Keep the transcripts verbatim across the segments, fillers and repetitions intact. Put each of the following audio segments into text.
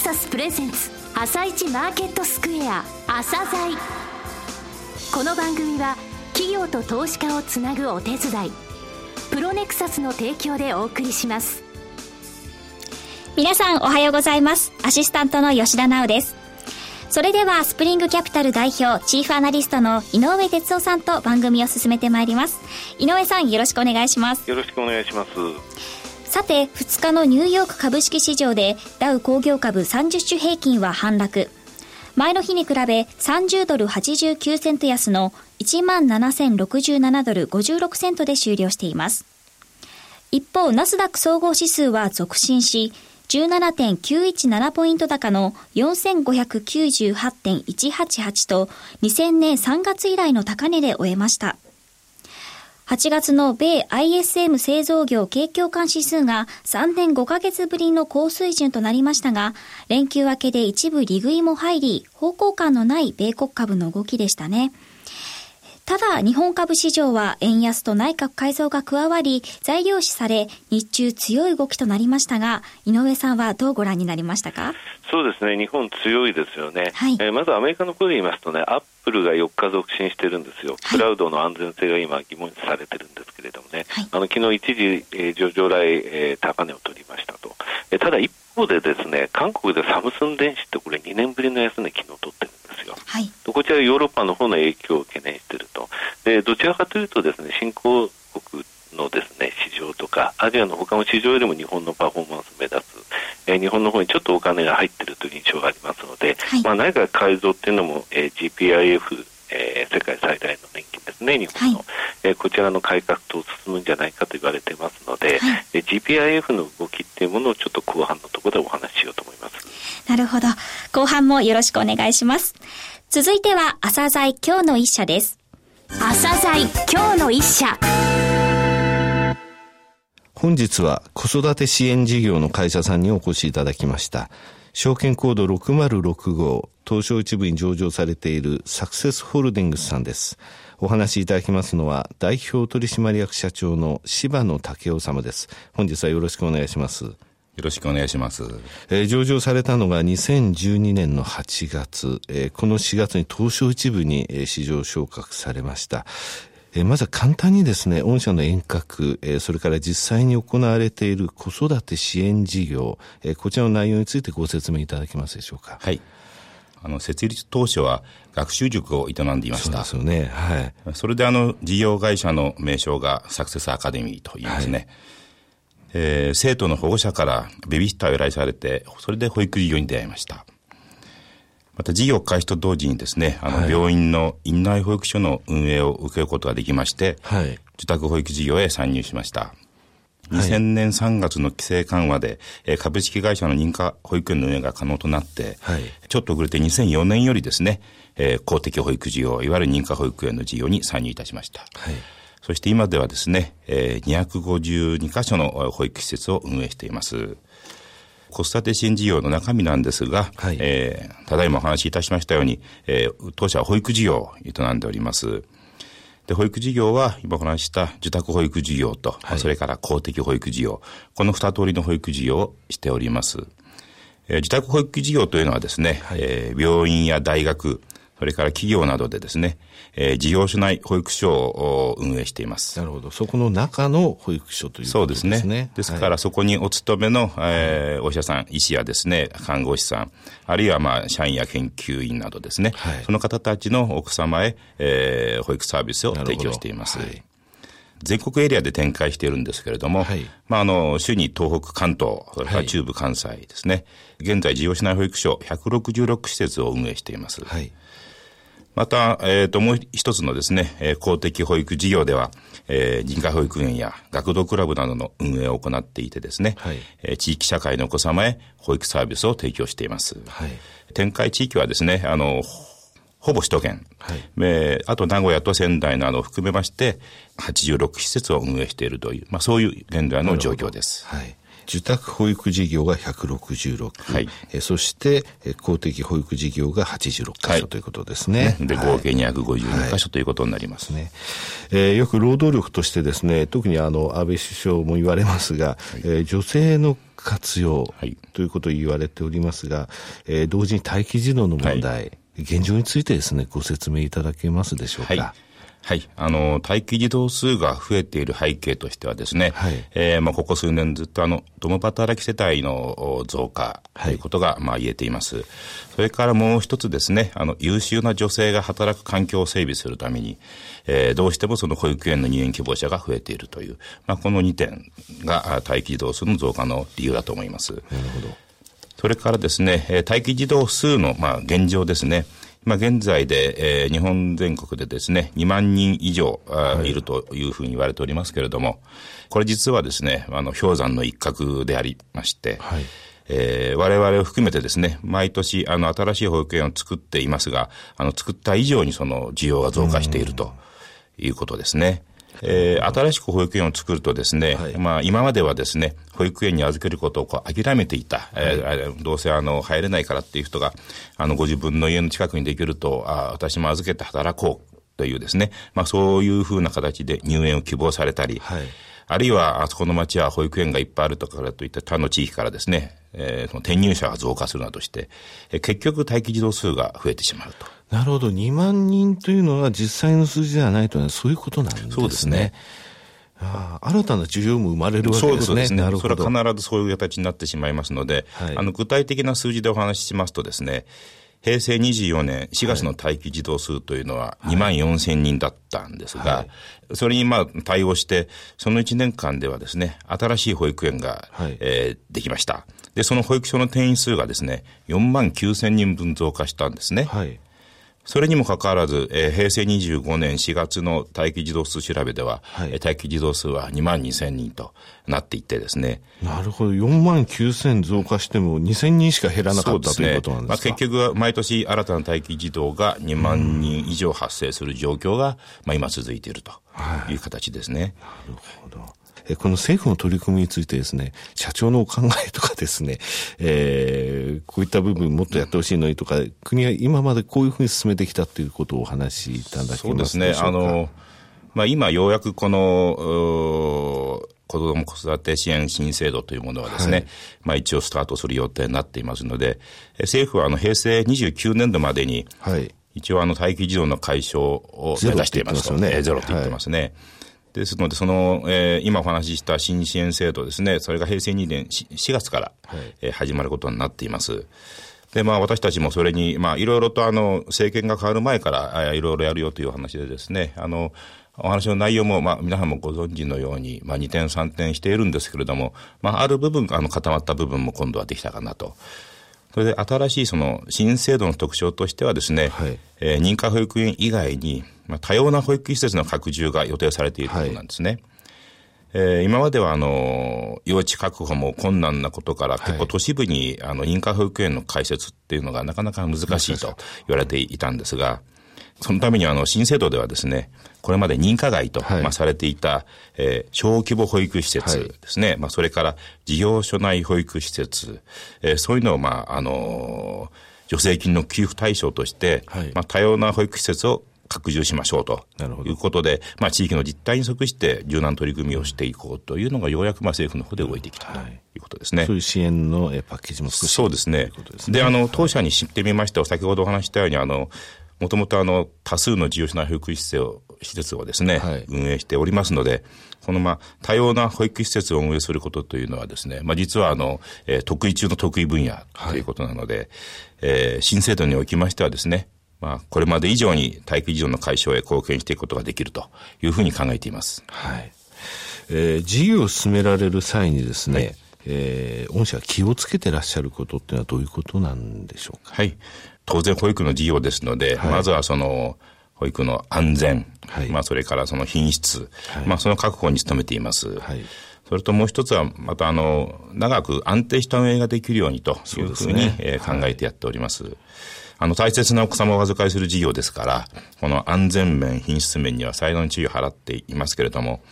サスプレゼンツ朝市マーケットスクエア朝鮮。この番組は企業と投資家をつなぐお手伝いプロネクサスの提供でお送りします。 皆さんおはようございます。アシスタントの吉田直です。それではスプリングキャピタル代表チーフアナリストの井上哲夫さんと番組を進めてまいります。井上さん、よろしくお願いします。 よろしくお願いします。 さて、ふつかのニューヨーク株式市場でダウ工業株さんじゅっ種平均は反落。前の日に比べさんじゅうドルはちじゅうきゅうセント安の いちまんななせんろくじゅうななドルごじゅうろくセントで終了しています。一方、ナスダック総合指数は続伸し、じゅうななてんきゅういちななポイント高の よんせんごひゃくきゅうじゅうはちてんいちはちはち とにせんねんさんがつ以来の高値で終えました。はちがつの米 アイエスエム 製造業景況感指数がさんねんごかげつぶりの高水準となりましたが、連休明けで一部利食いも入り、方向感のない米国株の動きでしたね。ただ、日本株市場は円安と内閣改造が加わり、材料視され、日中強い動きとなりましたが、井上さんはどうご覧になりましたか？ そうですね、日本強いですよね。 はい、 えー、まずアメリカのことで言いますとね、アップルがよっか続伸してるんですよ。 はい、 クラウドの安全性が今疑問視されてるんですけれどもね、 はい、 あの昨日一時、えー、上場来、えー、高値を取りましたと。えー、ただ一方でですね、韓国でサムスン電子ってこれにねんぶりの安値昨日取ってるんですよ。 はい、 こちらヨーロッパの方の影響を懸念していると。でどちらかというとですね、新興国のですね市場とかアジアの他の市場よりも日本のパフォーマンス目立つ、えー、日本の方にちょっとお金が入っているという印象がありますので、はい、まあ、内閣改造っていうのも、えー、ジーピーアイエフ、えー、世界最大の年金ですね、日本の、はい、えー、こちらの改革と進むんじゃないかと言われていますので、はい、えー、ジーピーアイエフ の動きっていうものをちょっと後半のところでお話ししようと思います。 なるほど、後半もよろしくお願いします。続いては朝鮮今日の一社です。 朝鮮今日の一社。 本日は子育て支援事業の会社さんにお越しいただきました。証券コードろくまるろくご、東証一部に上場されているサクセスホールディングスさんです。お話しいただきますのは代表取締役社長の柴野武雄様です。本日はよろしくお願いします。 よろしくお願いします。 えー、上場されたのがにせんじゅうにねんのはちがつ、えー、このしがつに東証一部に、えー、市場昇格されました。えー、まずは簡単にですね、御社の遠隔、えー、それから実際に行われている子育て支援事業、えー、こちらの内容についてご説明いただけますでしょうか。 はい。あの設立当初は学習塾を営んでいました。 そうですよね。はい。 それであの事業会社の名称がサクセスアカデミーと言いますね。はい、えー、生徒の保護者からベビーシッターを依頼されて、それで保育事業に出会いました。また事業開始と同時にですね、あの病院の院内保育所の運営を受けることができまして、はい、受託保育事業へ参入しました。にせんねんさんがつの規制緩和で、えー、株式会社の認可保育園の運営が可能となって、はい、ちょっと遅れてにせんよねんよりですね、えー、公的保育事業、いわゆる認可保育園の事業に参入いたしました。はい、そして今ではですね、えー、にひゃくごじゅうにかしょの保育施設を運営しています。子育て支援事業の中身なんですが、はい、えー、ただいまお話しいたしましたように、えー、当社は保育事業を営んでおります。で、保育事業は今お話しした受託保育事業と、はい、それから公的保育事業、この二通りの保育事業をしております。えー、受託保育事業というのはですね、はい、えー、病院や大学、それから企業などでですね、えー、事業所内保育所を運営しています。 なるほど。そこの中の保育所ということですね。 そうですね。ですから、そこにお勤めの、えー、お医者さん、医師やですね、看護師さん、あるいはまあ、社員や研究員などですね、はい、その方たちの奥様へ、えー、保育サービスを提供しています。はい、全国エリアで展開しているんですけれども、はい、まあ、あの、主に東北、関東、それから中部、関西ですね、はい、現在、事業所内保育所ひゃくろくじゅうろくしせつを運営しています。はい、また、えっと、もう一つのですね、えー、公的保育事業では、えー、認可保育園や学童クラブなどの運営を行っていてですね、はい、えー、地域社会のお子様へ保育サービスを提供しています。はい、展開地域はですね、あの、ほぼ首都圏、はい、えー、あと名古屋と仙台などを含めまして、はちじゅうろくしせつを運営しているという、まあそういう現在の状況です。 はい。 受託保育事業がひゃくろくじゅうろく、 はい、 えそして公的保育事業がはちじゅうろっかしょ、はい、ということですね。 で、合計にひゃくごじゅうにかしょ、はい、ということになりますね。 えー、よく労働力としてですね、特にあの安倍首相も言われますが、はい、えー、女性の活用ということを言われておりますが、えー、同時に待機児童の問題、はい、現状についてですね、ご説明いただけますでしょうか。 はいはい。あの、待機児童数が増えている背景としてはですね、はい、えー、まあ、ここ数年ずっとあの、共働き世帯の増加ということが、まあ、言えています。それからもう一つですね、あの、優秀な女性が働く環境を整備するために、えー、どうしてもその保育園の入園希望者が増えているという、まあ、このにてんが待機児童数の増加の理由だと思います。なるほど。それからですね、待機児童数の、まあ、現状ですね。まあ、現在で、えー、日本全国でですね、にまんにん以上、はい、いるというふうに言われておりますけれども、これ実はですね、あの、氷山の一角でありまして、はい、えー、我々を含めてですね、毎年、あの、新しい保育園を作っていますが、あの、作った以上にその需要が増加しているということですね。えー、新しく保育園を作るとですね、はい、まあ今まではですね、保育園に預けることをこう諦めていた、はい、えー、どうせあの入れないからっていう人が、あのご自分の家の近くにできると、あ、私も預けて働こうというですね、まあそういうふうな形で入園を希望されたり、はい、あるいはあそこの町は保育園がいっぱいあるとかといった他の地域からですね、えー、その転入者が増加するなどして、えー、結局待機児童数が増えてしまうと。 なるほど。にまんにんというのは実際の数字ではないというのはそういうことなんですね。そうですね。ああ、新たな需要も生まれるわけですね。そういうことですね。なるほど。 それは必ずそういう形になってしまいますので、はい、あの具体的な数字でお話ししますとですね、へいせいにじゅうよねんしがつの待機児童数というのはにまんよんせんにんだったんですが、はい、それにまあ対応して、そのいちねんかんではですね、新しい保育園が、はい、えー、できました。で、その保育所の定員数がですね、よんまんきゅうせんにんぶん増加したんですね。はい、それにもかかわらず、えー、へいせいにじゅうごねんしがつの待機児童数調べでは、はい、待機児童数はにまんにせんにんとなっていってですね。 なるほど。よんまんきゅうせん増加してもにせんにんしか減らなかった、ね、ということなんですか。まあ、 結局は毎年新たな待機児童がにまんにん以上発生する状況が、まあ、今続いているという形ですね。 はい、なるほど。この政府の取り組みについてですね、社長のお考えとかですね、えー、こういった部分もっとやってほしいのにとか、国は今までこういうふうに進めてきたということをお話しいただけますでしょうか。そうですね。あの、 まあ、今ようやくこの、子ども子育て支援新制度というものはですね、はい、まあ一応スタートする予定になっていますので、政府はあのへいせいにじゅうきゅうねんどまでに、はい、一応あの待機児童の解消を目指していますと。ゼロって言ってますね。ですので、その、えー、今お話しした新支援制度ですね、それがへいせいにねんしがつから、はい、えー、始まることになっています。で、まあ私たちもそれに、まあいろいろとあの、政権が変わる前から、いろいろやるよという話でですね、あの、お話の内容も、まあ皆さんもご存知のように、まあにてんさんてんしているんですけれども、まあある部分、あの固まった部分も今度はできたかなと。それで新しいその新制度の特徴としてはですね、はい、えー、認可保育園以外に、まあ、多様な保育施設の拡充が予定されていることなんですね。はい、えー、今まではあの用地確保も困難なことから、はい、結構都市部にあの認可保育園の開設っていうのがなかなか難しいと言われていたんですが、そのためにあの新制度ではですね、これまで認可外と、はい、まあ、されていた、えー、小規模保育施設ですね、はい、まあ、それから事業所内保育施設、えー、そういうのを、まあ、あのー、助成金の給付対象として、はい、まあ、多様な保育施設を拡充しましょうということで、まあ、地域の実態に即して柔軟取り組みをしていこうというのがようやくまあ政府の方で動いてきたということですね。はい、 そういう支援のパッケージも少しそうですね。で、あの当社に知ってみましては、先ほどお話したようにあのもともとあの多数の事業所内保育施設を施設をですね、はい、運営しておりますので、このまあ多様な保育施設を運営することというのはですね、まあ実はあの、えー、得意中の得意分野ということなので、はい、えー、新制度におきましてはですね、まあこれまで以上に待機児童の解消へ貢献していくことができるというふうに考えています。 はい。えー、事業を進められる際にですね、はい、えー、御社が気をつけてらっしゃることっていうのはどういうことなんでしょうか。 はい。当然保育の事業ですので、はい、まずはその保育の安全、はい、まあそれからその品質、はい、まあその確保に努めています。はい、それともう一つはまたあの長く安定した運営ができるようにというふうに、ね、えー、考えてやっております。はい、あの大切なお子様をお預かりする事業ですから、この安全面、品質面には最大の注意を払っていますけれども、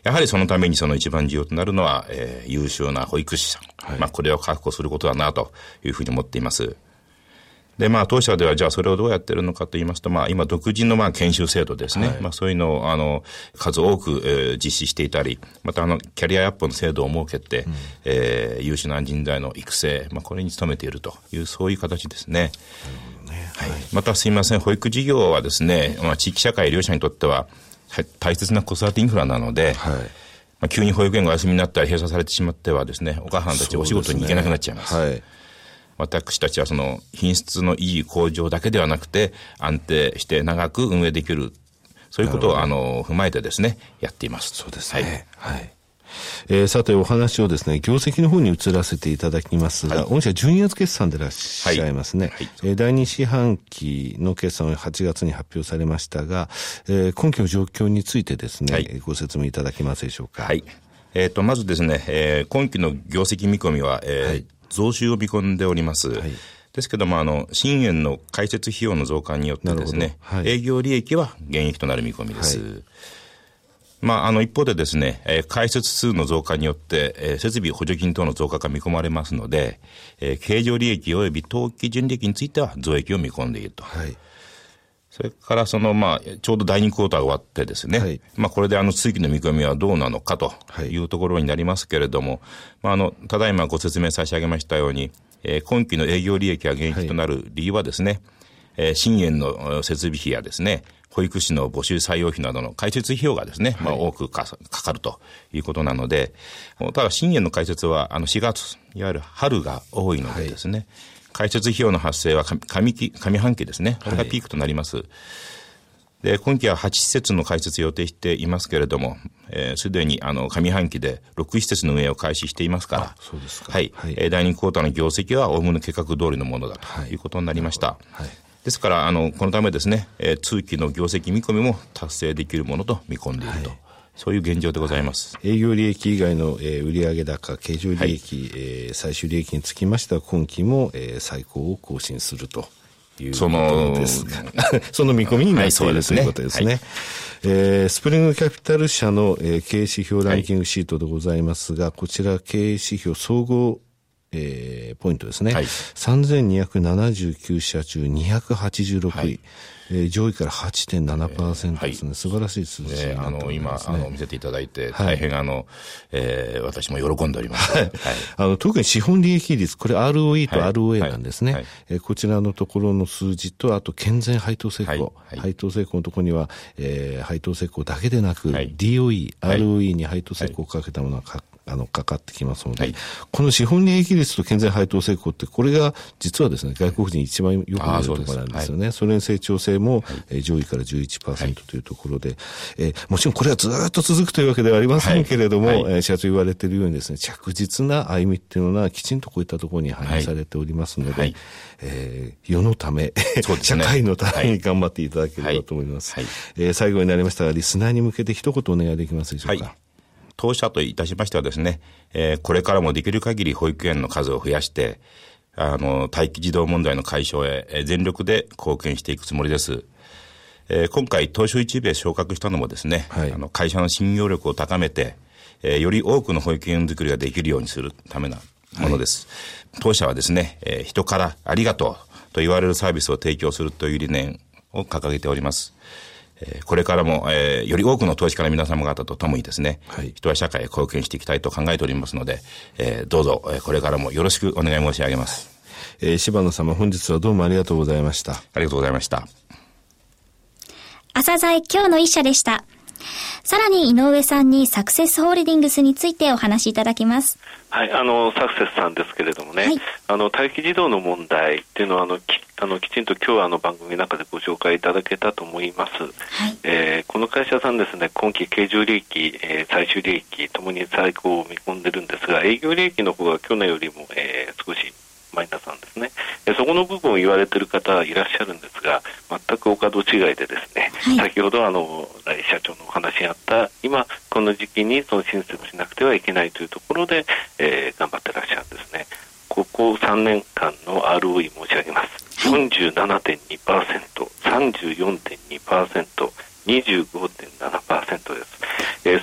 やはりそのためにその一番重要となるのは、えー、優秀な保育士さん、はい、まあ、これを確保することだなというふうに思っています。で、まあ、当社ではじゃあそれをどうやってるのかと言いますと、まあ、今独自のまあ研修制度ですね。はい、まあ、そういうのを、あの、数多く、えー、実施していたり、またあの、キャリアアップの制度を設けて、うん、えー、優秀な人材の育成、まあ、これに努めているという、そういう形ですね。ね、はい。またすいません、保育事業はですね、まあ、地域社会利用者にとっては、大切な子育てインフラなので、はい、まあ、急に保育園がお休みになったり閉鎖されてしまってはですね、お母さんたちお仕事に行けなくなっちゃいます。はい、私たちはその品質の維持向上だけではなくて安定して長く運営できる、そういうことをあの踏まえてですねやっています。 そうですね。はい。はい、えー、さてお話をですね業績の方に移らせていただきますが、はい、御社じゅうにがつ決算でいらっしゃいますね。はいはい、えー、だいに四半期の決算をはちがつに発表されましたが、えー、今期の状況についてですね、はい、ご説明いただけますでしょうか。 はい。えー、とまずですね、えー、今期の業績見込みは、えーはい、増収を見込んでおります。はい、ですけども、あの、新園の開設費用の増加によってですね、はい、営業利益は減益となる見込みです。はい、まあ、あの、一方でですね、えー、開設数の増加によって、えー、設備補助金等の増加が見込まれますので、えー、経常利益及び当期純利益については増益を見込んでいると。はい、それからその、まあ、ちょうどだいにクォーターが終わってですね、はい、まあ、これであの、通期の見込みはどうなのかというところになりますけれども、はい、まあ、あの、ただいまご説明差し上げましたように、えー、今期の営業利益が減益となる理由はですね、はい、えー、新園の設備費やですね、保育士の募集採用費などの開設費用がですね、はい、まあ、多くかかるということなので、ただ新園の開設はあのしがつ、いわゆる春が多いのでですね、はい、開設費用の発生は上期、上半期ですね。これがピークとなります。はい、で、今期ははち施設の開設予定していますけれども、えー、すでにあの上半期でろく施設の運営を開始していますから、 そうですか。 はい。はい、だいにクォーターの業績はおおむね計画通りのものだということになりました。はいはい、ですから、あの、このためですね、えー、通期の業績見込みも達成できるものと見込んでいると。はい、そういう現状でございます。 はい、営業利益以外の、えー、売上高、経常利益、はい、えー、最終利益につきましては今期も、えー、最高を更新するということですが、その見込みになっている、はい、ということですね。はい、えー、スプリングキャピタル社の、えー、経営指標ランキングシートでございますが、はい、こちら経営指標総合えー、ポイントですね、はい、さんぜんにひゃくななじゅうきゅう社中にひゃくはちじゅうろくい、はい、えー、上位から はちてんななパーセント ですね、えーはい、素晴らしい数字になっておりますね。 あの今あの見せていただいて大変、はい、あの、えー、私も喜んでおります、はい、 あの特に資本利益率、これ アールオーイー と アールオーエー なんですね、はいはい、えー、こちらのところの数字とあと健全配当成功、はいはい、配当成功のところには、えー、配当成功だけでなく、はい、ディーオーイー、はい、アールオーイー に配当成功をかけたものがかあの、かかってきますので、はい、この資本利益率と健全配当成功って、これが実はですね、外国人一番よく見えるところなんですよね。そ, それに成長性も、はい、えー、上位から じゅういちパーセント というところで、はい、えー、もちろんこれはずっと続くというわけではありませんけれども、はいはい、えー、社長言われているようにですね、着実な歩みっていうのはきちんとこういったところに反映されておりますので、はい、えー、世のため、そうですね、社会のために頑張っていただければと思います。はいはい、えー、最後になりましたが、リスナーに向けて一言お願いできますでしょうか。はい、 当社といたしましてはですね、えー、これからもできる限り保育園の数を増やして、あの、待機児童問題の解消へ、えー、全力で貢献していくつもりです。えー、今回、東証一部へ昇格したのもですね、はい、あの会社の信用力を高めて、えー、より多くの保育園作りができるようにするためのものです。はい、当社はですね、えー、人からありがとうと言われるサービスを提供するという理念を掲げております。これからも、えー、より多くの投資家の皆様方と共にですね、はい、人や社会へ貢献していきたいと考えておりますので、えー、どうぞ、えー、これからもよろしくお願い申し上げます。 はい、えー、柴野様、本日はどうもありがとうございました。 ありがとうございました。 朝鮮今日の一社でした。さらに井上さんにサクセスホールディングスについてお話しいただきます。 はい、あのサクセスさんですけれどもね、はい、あの待機児童の問題っていうのはあの き, あのきちんと今日はあの番組の中でご紹介いただけたと思います。はい、えー、この会社さんですね、今期経常利益、えー、最終利益ともに最高を見込んでるんですが、営業利益の方が去年よりも、えー、少しマイナスなんですね。そこの部分を言われている方はいらっしゃるんですが、全くお門違いでですね、はい、先ほどあの社長のお話にあった今この時期にその新設しなくてはいけないというところで、えー、頑張ってらっしゃるんですね。ここさんねんかんの アールオーイー 申し上げます。 よんじゅうななてんにパーセント、さんじゅうよんてんにパーセント、にじゅうごてんななパーセント です。えー、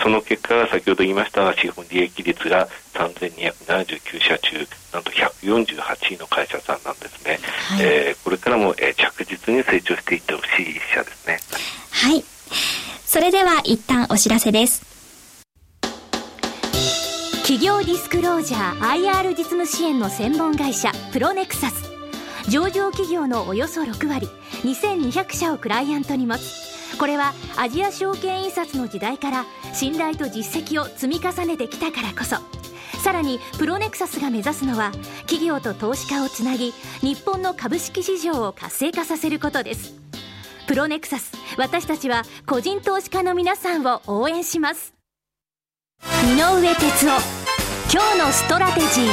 ー、その結果が先ほど言いましたが資本利益率がさんぜんにひゃくななじゅうきゅうしゃ中なんとひゃくよんじゅうはちいの会社さんなんですね、はい、えー、これからも、えー、着実に成長していってほしい一社ですね。 はい、それでは一旦お知らせです。 企業ディスクロージャー アイアール 実務支援の専門会社プロネクサス、上場企業のおよそろくわりにせんにひゃくしゃをクライアントに持つ。これはアジア証券印刷の時代から信頼と実績を積み重ねてきたからこそ、さらにプロネクサスが目指すのは企業と投資家をつなぎ日本の株式市場を活性化させることです。プロネクサス、私たちは個人投資家の皆さんを応援します。井上哲夫、今日のストラテジー。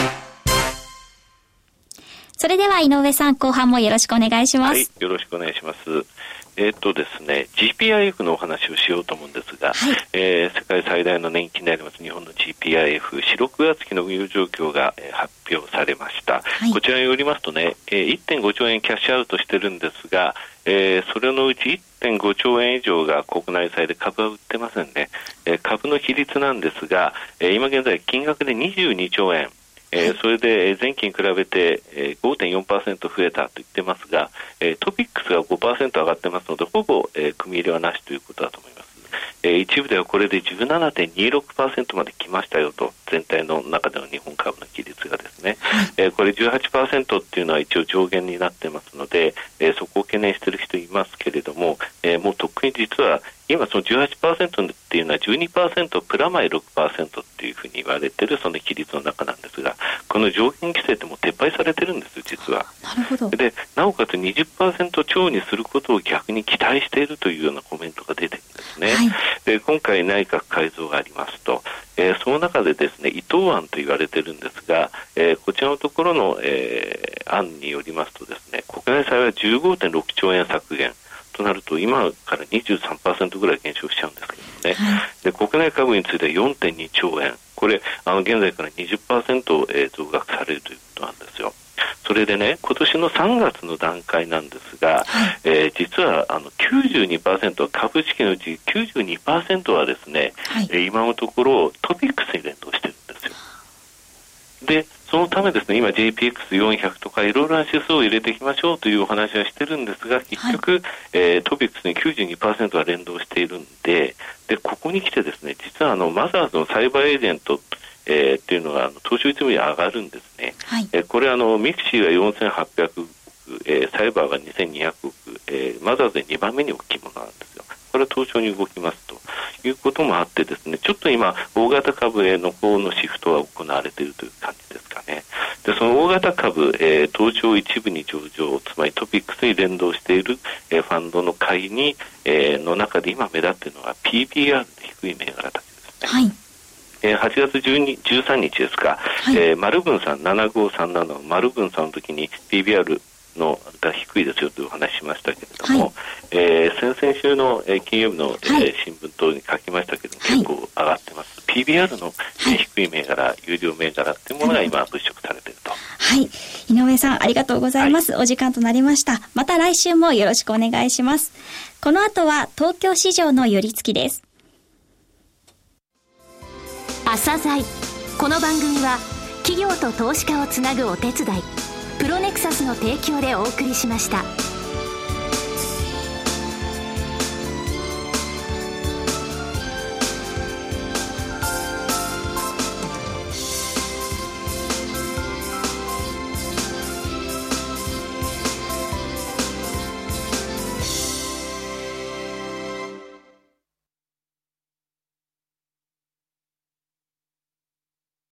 それでは井上さん、後半もよろしくお願いします。 はい、よろしくお願いします。えーとですね、ジーピーアイエフ のお話をしようと思うんですが、はい、えー、世界最大の年金であります日本の ジーピーアイエフ 四ろくがつ期の運用状況が、えー、発表されました、はい、こちらによりますとね、えー、いってんごちょうえんキャッシュアウトしてるんですが、えー、それのうち いってんごちょうえん以上が国内債で株は売ってませんね、えー、株の比率なんですが、えー、今現在金額でにじゅうにちょうえん、えー、それで前期に比べて、えー、ごてんよんパーセント 増えたと言ってますが、えー、トピックスが ごパーセント 上がってますのでほぼ、えー、組み入れはなしということだと思います。えー、一部ではこれで じゅうななてんにじゅうろくパーセント まで来ましたよと、全体の中での日本株の比率がですね、えー、これ じゅうはちパーセント っていうのは一応上限になってますので、えー、そこを懸念している人いますけれども、えー、もうとっくに実は今その じゅうはちパーセント っていうのは じゅうにパーセント プラマイ ろくパーセント っていうふうに言われているその比率の中なんですが、この上限規制ってもう撤廃されてるんです実は。 なるほど。 でなおかつ にじゅっパーセント 超にすることを逆に期待しているというようなコメントが出てるんですね、はい、で今回内閣改造がありますと、えー、その中でですね伊藤案と言われてるんですが、えー、こちらのところの、えー、案によりますとですね、国内債は じゅうごてんろくちょうえん削減となると今から にじゅうさんパーセント ぐらい減少しちゃうんですけどね、はい、で国内株については よんてんにちょうえん、これあの現在から にじゅっパーセント、えー、増額されるということなんですよ。それでね、今年のさんがつの段階なんですが、はい、えー、実はあの きゅうじゅうにパーセント 株式のうち きゅうじゅうにパーセント はですね、はい、えー、今のところトピックスに連動してるんですよ。でそのためですね、今 ジェイピーエックスよんひゃく とかいろいろな指数を入れていきましょうというお話はしてるんですが、結局、はい、えー、トピックスに きゅうじゅうにパーセント は連動しているんで、でここに来てですね、実はあのマザーズのサイバーエージェント、えー、っていうのがあの東証一部に上がるんですね、はい、えー、これあのミクシーはよんせんはっぴゃくおく、えー、サイバーがにせんにひゃくおく、えー、マザーズでにばんめに大きいものなんですよ。これは東証に動きますということもあってですね、ちょっと今大型株への方のシフトが行われているという感じですかね。でその大型株、えー、東証一部に上場、つまりトピックスに連動している、えー、ファンドの買いに、えー、の中で今目立っているのが ピービーアール の低い銘柄たちですね。はい、えー、はちがつじゅうに、じゅうさんにちですか、はい、えー、マルブンさんななごさんななのマルブンさんの時に ピービーアールのが低いですよというお話しましたけれども、はい、えー、先々週の、えー、金曜日の、はい、えー、新聞等に書きましたけれども、はい、結構上がってます。 ピービーアール の、えー、低い銘柄、有料銘柄っていうものが今物色されていると。 はい、井上さんありがとうございます、はい、お時間となりました。また来週もよろしくお願いします。この後は東京市場の寄り付きです。 朝鮮、この番組は企業と投資家をつなぐお手伝いプロネクサスの提供でお送りしました。